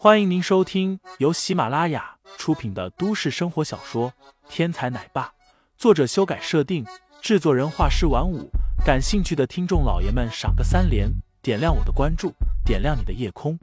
欢迎您收听由喜马拉雅出品的都市生活小说《天才奶爸》，作者修改设定，制作人画师晚舞。感兴趣的听众老爷们赏个3连，点亮我的关注，点亮你的夜空。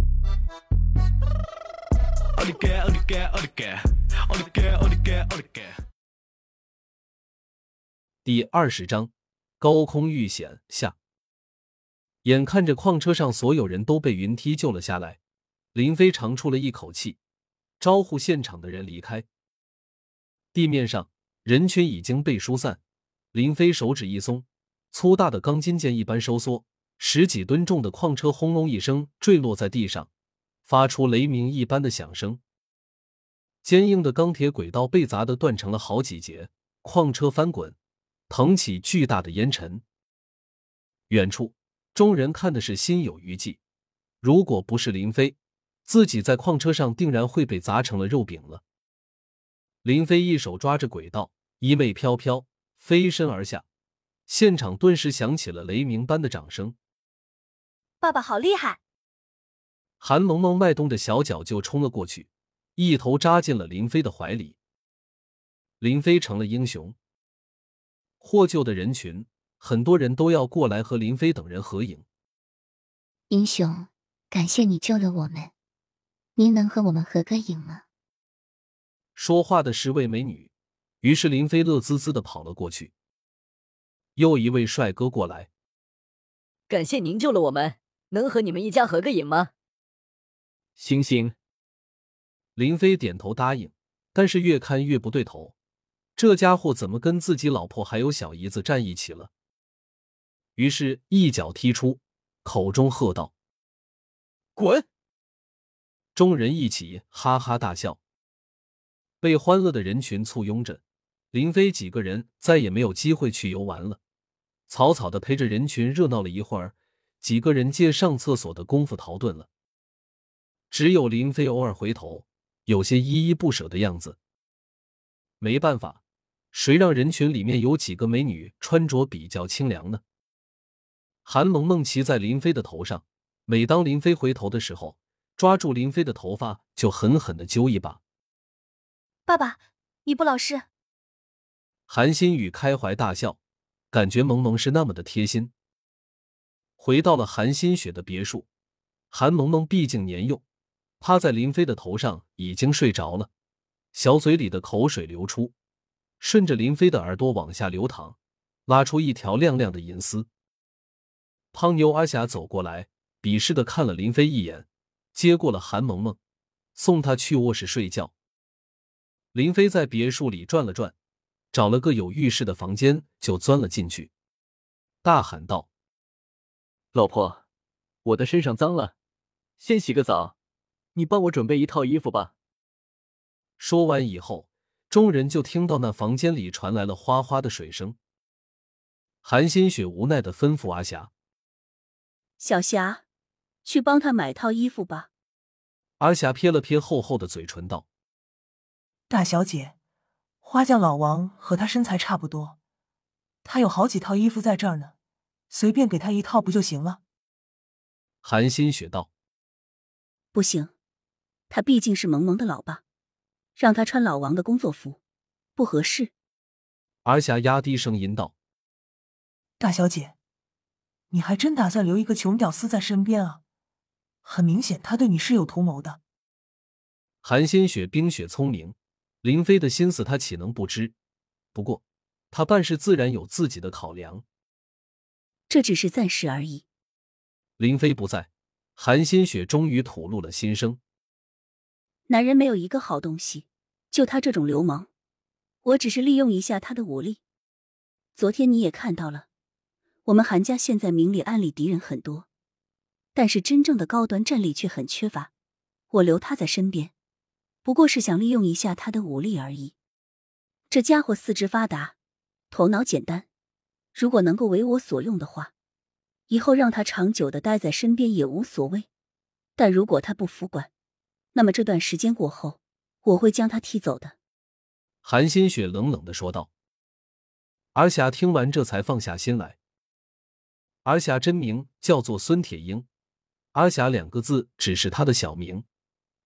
第20章高空遇险下。眼看着矿车上所有人都被云梯救了下来，林飞长出了一口气，招呼现场的人离开。地面上人群已经被疏散，林飞手指一松，粗大的钢筋剑一般收缩，10几吨重的矿车轰隆一声坠落在地上，发出雷鸣一般的响声。坚硬的钢铁轨道被砸得断成了好几截，矿车翻滚，腾起巨大的烟尘。远处众人看的是心有余悸，如果不是林飞，自己在矿车上定然会被砸成了肉饼了。林飞一手抓着轨道，衣袂飘飘，飞身而下，现场顿时响起了雷鸣般的掌声。 爸爸好厉害！ 韩萌萌迈动着小脚就冲了过去，一头扎进了林飞的怀里。林飞成了英雄。获救的人群，很多人都要过来和林飞等人合影。 英雄，感谢你救了我们，您能和我们合个影吗？ 说话的是位美女，于是林飞乐滋滋地跑了过去。又一位帅哥过来， 感谢您救了我们，能和你们一家合个影吗？ 行行。 林飞点头答应，但是越看越不对头，这家伙怎么跟自己老婆还有小姨子站一起了？于是一脚踢出，口中喝道：滚！众人一起哈哈大笑。被欢乐的人群簇拥着，林飞几个人再也没有机会去游玩了，草草地陪着人群热闹了一会儿，几个人借上厕所的功夫逃遁了。只有林飞偶尔回头，有些依依不舍的样子。没办法，谁让人群里面有几个美女穿着比较清凉呢？韩萌萌骑在林飞的头上，每当林飞回头的时候，抓住林飞的头发就狠狠地揪一把。 爸爸，你不老实。 韩新宇开怀大笑，感觉萌萌是那么的贴心。回到了韩新雪的别墅，韩萌萌毕竟年幼，趴在林飞的头上已经睡着了，小嘴里的口水流出，顺着林飞的耳朵往下流淌，拉出一条亮亮的银丝。胖妞阿霞走过来，鄙视地看了林飞一眼，接过了韩萌萌，送她去卧室睡觉。林飞在别墅里转了转，找了个有浴室的房间就钻了进去，大喊道： 老婆，我的身上脏了，先洗个澡，你帮我准备一套衣服吧。 说完以后，众人就听到那房间里传来了哗哗的水声。韩新雪无奈地吩咐阿霞： 小霞，去帮他买套衣服吧。 阿霞撇了撇厚厚的嘴唇道： 大小姐，花匠老王和他身材差不多，他有好几套衣服在这儿呢，随便给他一套不就行了？ 韩新雪道： 不行，他毕竟是萌萌的老爸，让他穿老王的工作服不合适。 阿霞压低声音道： 大小姐，你还真打算留一个穷屌丝在身边啊？很明显他对你是有图谋的。 韩新雪冰雪聪明，林飞的心思他岂能不知？不过他办事自然有自己的考量。 这只是暂时而已。 林飞不在，韩新雪终于吐露了心声。 男人没有一个好东西，就他这种流氓，我只是利用一下他的武力。昨天你也看到了，我们韩家现在明里暗里敌人很多，但是真正的高端战力却很缺乏。我留他在身边，不过是想利用一下他的武力而已。这家伙四肢发达，头脑简单，如果能够为我所用的话，以后让他长久的待在身边也无所谓。但如果他不服管，那么这段时间过后，我会将他踢走的。 韩新雪冷冷地说道。阿霞听完这才放下心来。阿霞真名叫做孙铁英，阿霞2个字只是她的小名，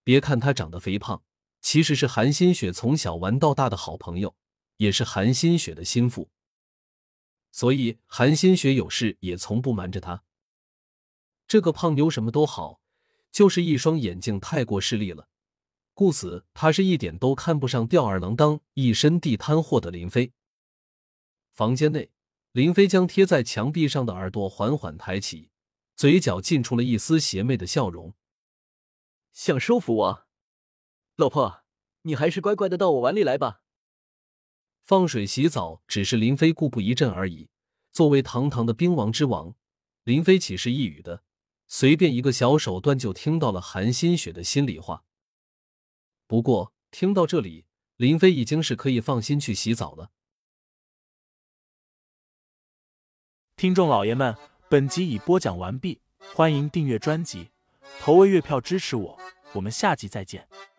别看他长得肥胖，其实是韩新雪从小玩到大的好朋友，也是韩新雪的心腹。所以韩新雪有事也从不瞒着他。这个胖妞什么都好，就是一双眼睛太过势利了，故此他是一点都看不上吊儿郎当、一身地摊货的林飞。房间内，林飞将贴在墙壁上的耳朵缓缓抬起，嘴角浸出了一丝邪魅的笑容。 想收服我？老婆，你还是乖乖的到我碗里来吧。 放水洗澡只是林飞故布一阵而已，作为堂堂的兵王之王，林飞岂是一语的，随便一个小手段就听到了韩新雪的心里话。不过听到这里，林飞已经是可以放心去洗澡了。 听众老爷们，本集已播讲完毕，欢迎订阅专辑，投喂月票支持我，我们下集再见。